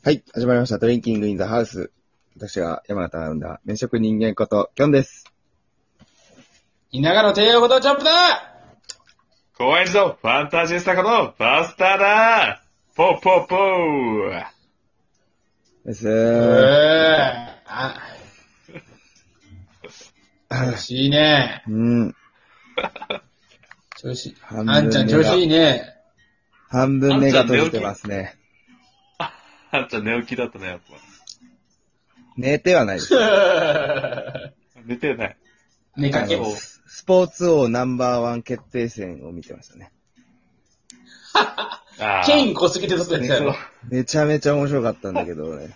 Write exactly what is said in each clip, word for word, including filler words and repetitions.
はい、始まりました。ドリンキングインザハウス。私が山形が生んだ麺食人間ことキョンです。 稲川の帝王ことチョップだ。 怖いぞ、ファンタジスタことバスターだ。ポーポーポーですえー。あ、調子いいね。 うん。 調子、 半分あんちゃん調子いいね。 半分目が閉じてますね。 あんちゃん寝起きだったね、やっぱ。 寝てはないです。 寝てない。 寝かけ。 スポーツ王ナンバーワン決定戦を見てましたね。 ケイン小杉で撮ったやつやろ。 めちゃめちゃ面白かったんだけどね。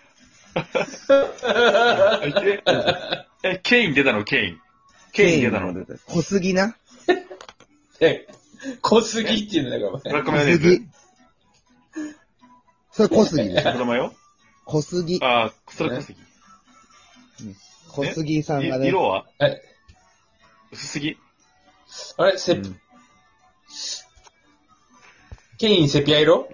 え、ケイン出たのケイン。ケイン出たの小杉なえ、小杉っていうんだから。 ブラックマヨネーズ。 それ小杉ね。 子供よ小杉。 ああ、それ小杉。 小杉さんがね。 色はえ薄すぎあれセ、うん、ケインセピア色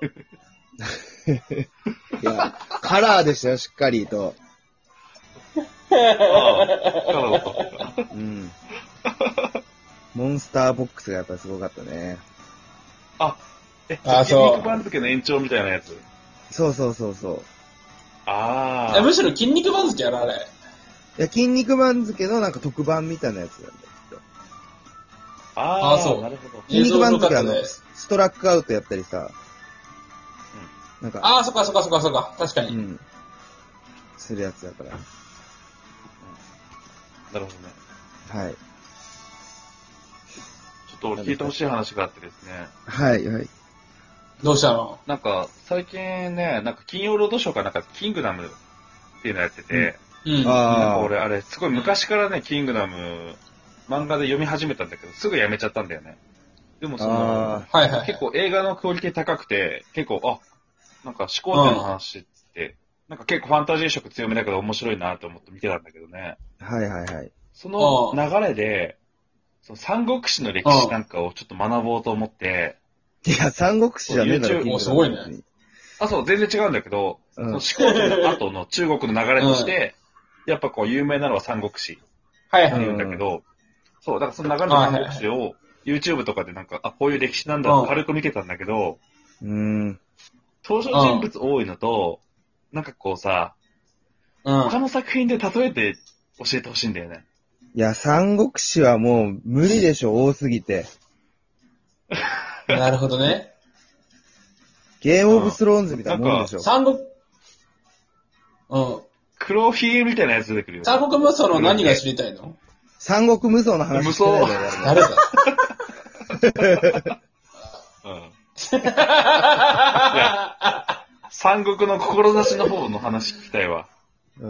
いや、カラーでしたよ、しっかりと。 ああ、カラーだった。 うん。モンスターボックスがやっぱりすごかったね。 あ、え、 あ、そう。 筋肉番付の延長みたいなやつ。 そうそうそうそう。 ああ。 むしろ筋肉番付やろ、あれ。 いや、筋肉番付のなんか特番みたいなやつなんだよ、きっと。 ああ、そう。 なるほど。 筋肉番付はあの、ストラックアウトやったりさ。 うん。なんか。ああ、そっかそっかそっかそっか。確かに。うん。 するやつだから。うん、 なるほどね。 はい。 ちょっと俺聞いてほしい話があってですね。 はいはい。 どうしたの？ なんか、最近ね、なんか金曜ロードショーかなんか、キングダムっていうのやってて、 うん。うん、 なんか俺、あれ、すごい昔からね、キングダム、漫画で読み始めたんだけど、すぐやめちゃったんだよね。でもその、 はいはいはい、 結構映画のクオリティ高くて、結構、あ、なんか始皇帝の話って、うん、なんか結構ファンタジー色強めだけど面白いなと思って見てたんだけどね。 はいはいはい。 その流れで、その三国志の歴史なんかをちょっと学ぼうと思って、 いや、三国志じゃねえだろ、 すごいね。 あ、そう、全然違うんだけど、うん、その始皇帝の後の中国の流れとして、うん、やっぱこう有名なのは三国志って言うんだけど、はいはい、そう、だからその流れの三国志を YouTube とかでなんか、あ、こういう歴史なんだって軽く見てたんだけど、 うん、 登場人物多いのと、なんかこうさ、うん、他の作品で例えて教えてほしいんだよね。 いや、三国志はもう無理でしょ、多すぎて。 なるほどね。 ゲームオブスローンズみたいなもんでしょ。 三国、うん。 黒ひげみたいなやつ出てくるよ。 三国無双の何が知りたいの？ 三国無双の話してないだろ。 誰だうん。いや、三国の志の方の話聞きたいわ。 うん。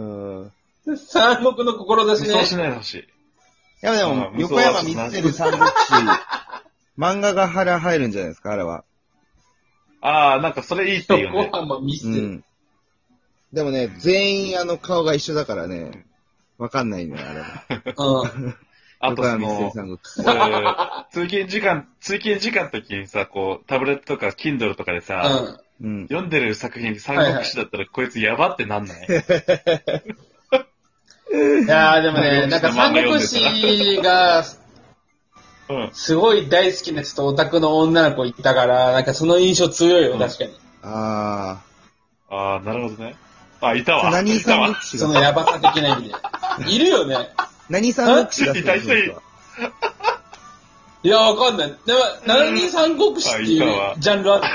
三国の志ね。 無双しないでほしい。いやでも、横山光輝三国志、漫画が腹入るんじゃないですか、あれは。 ああ、なんかそれいいって言うね。 横浜光輝。うん。 でもね、全員あの顔が一緒だからね、わかんないね、あれは。 うん。 あとその、通勤時間、通勤時間の時にさ、こう、タブレットとか Kindle とかでさ、うん、読んでる作品三国志だったら、はいはい、こいつやばってなんない？ いやーでもね、なんか三国志が、すごい大好きなちょっとオタクの女の子いたから、なんかその印象強いよ、うん、確かに。 ああ。ああ、なるほどね。あ、いたわ。 何三国志がそのヤバさ的な意味で。いるよね。 何三国志がいた、いた、いた。 いや、わかんない。でも、何三国志っていうジャンルある。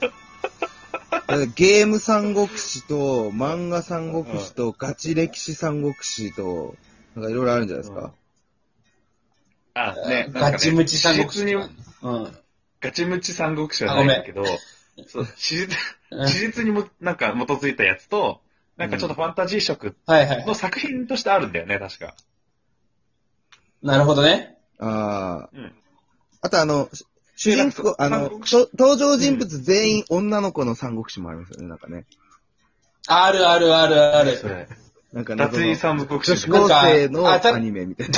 ゲーム三国志と、漫画三国志と、ガチ歴史三国志と、なんかいろいろあるんじゃないですか。 うん、あ、ね、 ガチムチ三国志。 に、うん。ガチムチ三国志はないんだけど、そう史実、史実にもなんか基づいたやつと、なんかちょっとファンタジー色の作品としてあるんだよね、確か。 なるほどね。 ああ。うん。あとあの、主人公、あの、登場人物全員女の子の三国志もありますよね、なんかね。 あるあるあるある。 それ。 なんかね、 脱衣三国志。 女子高生のアニメみたいな。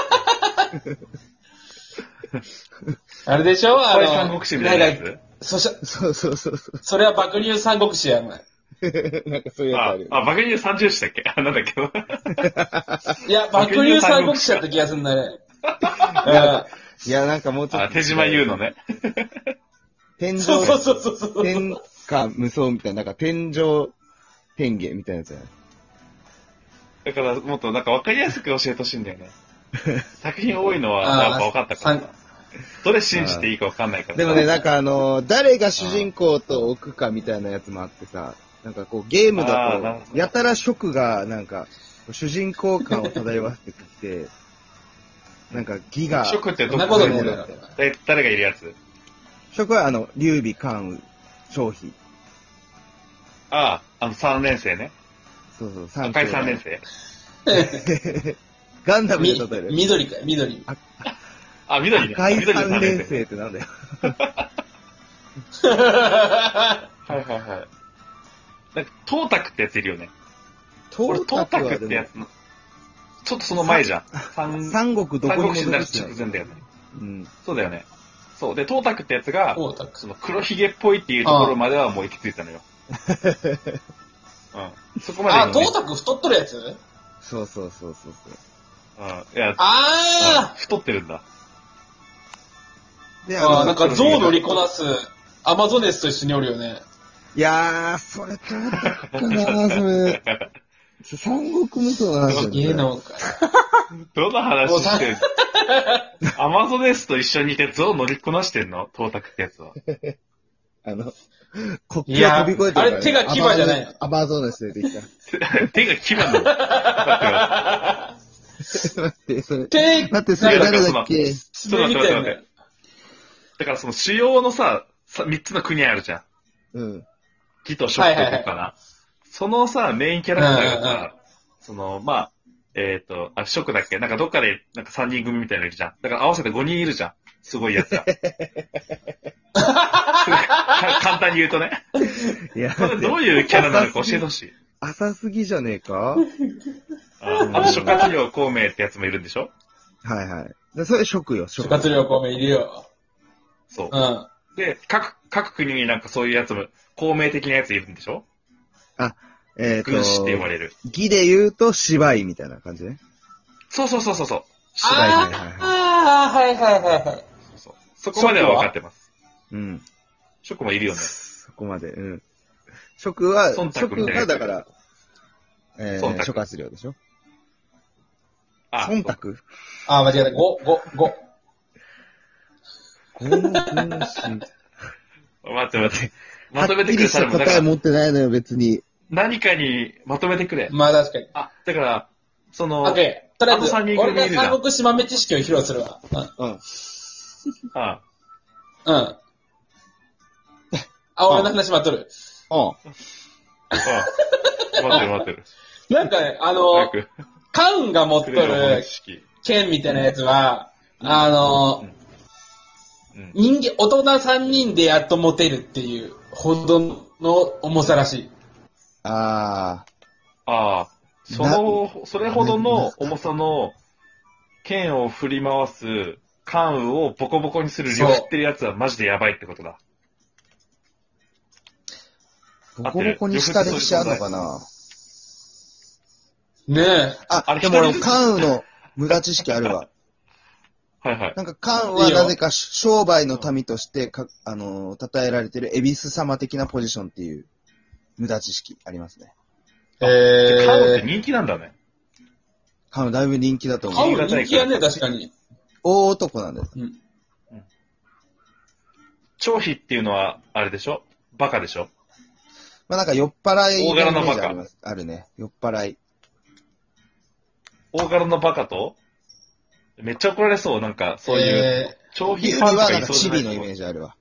あれでしょあの、 三国志みたいなやつそしそうそうそうそう。 それは爆乳三国志や、お前。 なんかそういうやつあるよ、ね。 あ、あ、爆乳三重視だっけあ、なんだっけいや、爆乳三国志だった気がするんだね。 いや、なんかもうちょっと。 あ、手島優のね。 天井、 そうそうそうそう。 天下無双みたいな、なんか天井天下みたいなやつやね。 だからもっとなんか分かりやすく教えてほしいんだよね。作品多いのはやっぱ分かったからさ。どれ信じていいか分かんないから。 でもね、なんかあのー、誰が主人公と置くかみたいなやつもあってさ、なんかこうゲームだと、やたら職がなんか、主人公感を漂わせてきて、なんかギガ。 職ってどこでも誰がいるやつ？ 職はあの、劉備、関羽、張飛。 ああ、あのさんねん生ね。 そうそう、三赤いさんねん生。 ガンダムで例える。 緑か、緑。 あ、あ緑ね。 赤いさんねん生ってなんだよ。 はいはいはい。なんか、トータクってやついるよね。 トータクってやつの、ちょっとその前じゃん。 三三国どこにも出てる直前だよね。うん。そうだよね。そう。で、トータクってやつが、その黒ひげっぽいっていうところまではもう行き着いたのよ。うん。そこまで。 あ、トータク太っとるやつ？ そうそうそうそうそう。 うん。いや、 ああ、太ってるんだ。 で、ああ、なんか象乗りこなすアマゾネスと一緒におるよね。 いやー、それトータクかな、それ。三国無双の話だね。 いいのか。 どの話してんの？アマゾネスと一緒にいて象乗りこなしてんの？トータクってやつは。 あの、国境飛び越えてるから、ね。 あれ手が牙じゃないの？ アマゾネスでできた。 手が牙なの？ 待って、それ。 手、 待って、それ誰だっけ？ ちょっと待って待って待って。だからその主要のさ、三つの国あるじゃん。 うん。 義と食とかな、はいはいはい。そのさ、メインキャラクターがさ、うんうん、その、まあ、えっ、ー、と、あ、食だっけなんかどっかで、なんか三人組みたいなのいるじゃん。だから合わせて五人いるじゃん。すごいやつが。簡単に言うとね。いや、これどういうキャラなのか教えてほしい。 浅すぎじゃねえかあ, あと、諸葛亮孔明ってやつもいるんでしょ？ はいはい。でそれ食よ、 諸葛亮孔明いるよ。 そう。うん。で、各、各国になんかそういうやつも、孔明的なやついるんでしょ？ あ、えっ、ー、と。 軍師って呼ばれる。 義で言うと芝居みたいな感じね。 そうそうそうそうそう。 芝居。ああ、はいはいはいはい。そうそう。そこまでは分かってます。 うん。 職もいるよね。 そこまで、うん。職は、職がだから、えー、諸葛亮でしょ？あ、忖度？ ああ、間違えた。ご、ご、ご。 ごの分子。 待って待って。まとめてくれ。 はっきりした答え持ってないのよ、別に。 何かにまとめてくれ。 まあ確かに。 あ、だから、その、 オッケー。とりあえず、俺が三国志豆知識を披露するわ。 うん。うん。 ああ。うん。あ、俺の話待っとる。 うん。うん。 待ってる待ってる。 なんかね、あの、カウンが持っとる剣みたいなやつは、あの、うん人間、大人さんにんでやっと持てるっていうほどの重さらしい。 ああ。ああ。その、それほどの重さの剣を振り回す関羽をボコボコにする量ってるやつはマジでやばいってことだ。 ボコボコにした歴史あるのかな？ ねえ。 あ、あでも俺関羽の無駄知識あるわ。 はいはい。 なんか、関羽はなぜか商売の民としてか、あのー、称えられてる恵比寿様的なポジションっていう無駄知識ありますね。 へー。関羽って人気なんだね。 関羽だいぶ人気だと思う。 関羽人気やね、確かに。 大男なんだよ。うん。うん。 張飛っていうのは、あれでしょ？バカでしょ？ まあなんか酔っ払い大柄のバカ。 あるね。酔っ払い。 大柄のバカとめっちゃ怒られそう、なんか、そういう、張飛ファンとかいそうじゃない？ チビのイメージあるわ。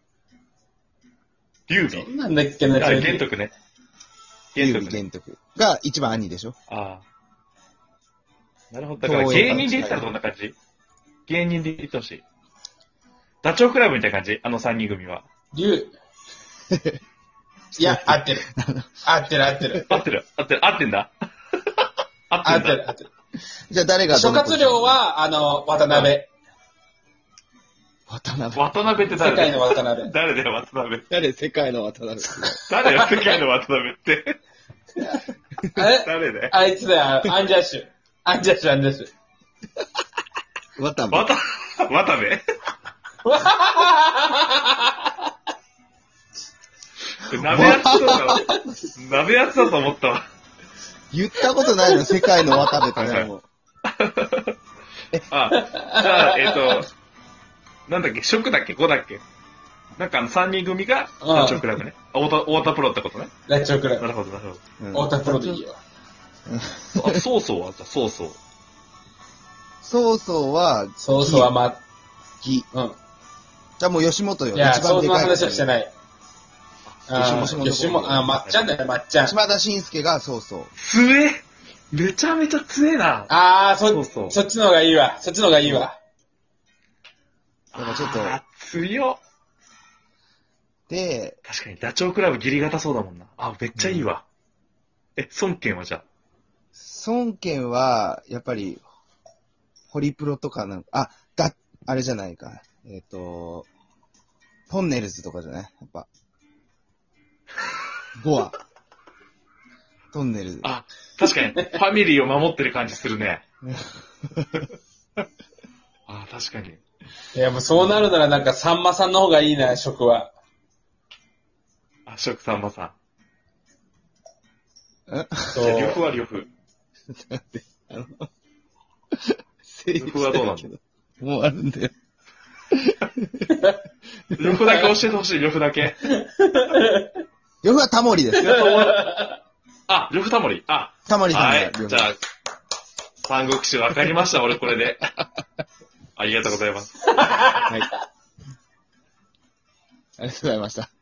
劉備？ なんだっけな、 あ、玄徳ね。 玄徳、ね。玄徳。が一番兄でしょ？ ああ。なるほど。だから芸人で言ったらどんな感じ？芸人で言ってほしい。ダチョウ倶楽部みたいな感じ？あの三人組は。 劉。いや、合ってる。合ってる合ってる。 合ってる。合ってる。合ってんだ。 合ってる合ってる。 じゃあ誰が諸葛亮は、あの、渡辺。 渡辺。 渡辺って誰世界の渡辺。 誰だよ、渡辺。 誰世界の渡辺。 誰よ、世界の渡辺って。 え誰だよ。 あいつだよ、アンジャッシュ。アンジャッシュ、アンジャッシュ。 渡辺。渡、渡部鍋やつだな。鍋やつだと思ったわ。 言ったことないの、世界の渡部ってね、もう。 あ、じゃあ、えっ、ー、と、なんだっけ、食だっけ ?ご だっけなんかあのさんにん組がダチョウ倶楽部ね。あ、太田、太田プロってことね。 ダチョウ倶楽部。 なるほど、なるほど。太田プロでいいよ。 あ、そうそうは、じゃあ、そうそう。 そうそうは、 そうそうはま、 ぎ。 うん。 じゃあもう吉本よ。 いや、そうの話はしてない。 あ、 吉本。吉本、あ、まっちゃんだよ、まっちゃん。 島田紳介がそうそう。 強えめちゃめちゃ強えな。 あー、そ、そうそうそっちの方がいいわ。そっちの方がいいわ。 なんかちょっと。 あ、強っ。 で、 確かにダチョウ倶楽部ギリ型そうだもんな。あ、めっちゃいいわ。うん、え、孫健はじゃあ孫健は、やっぱり、ホリプロとかなんか、あ、だ、あれじゃないか。えっ、ー、と、トンネルズとかじゃないやっぱ。ごわ。トンネルズ。 あ、確かに、ファミリーを守ってる感じするね。あ、確かに。 いや、もうそうなるならなんか、さんまさんの方がいいな、食は。 あ、食さんまさん。 えそう。じゃあ、呂布は呂布。あの、呂布はどうなんだもうあるんだよ。 呂布だけ教えてほしい、呂布だけ。 呂布はタモリです。 あ、呂布タモリ。あ、 タモリさんが。 はい、じゃあ、三国志分かりました、俺これで。ありがとうございます。 はい。ありがとうございました。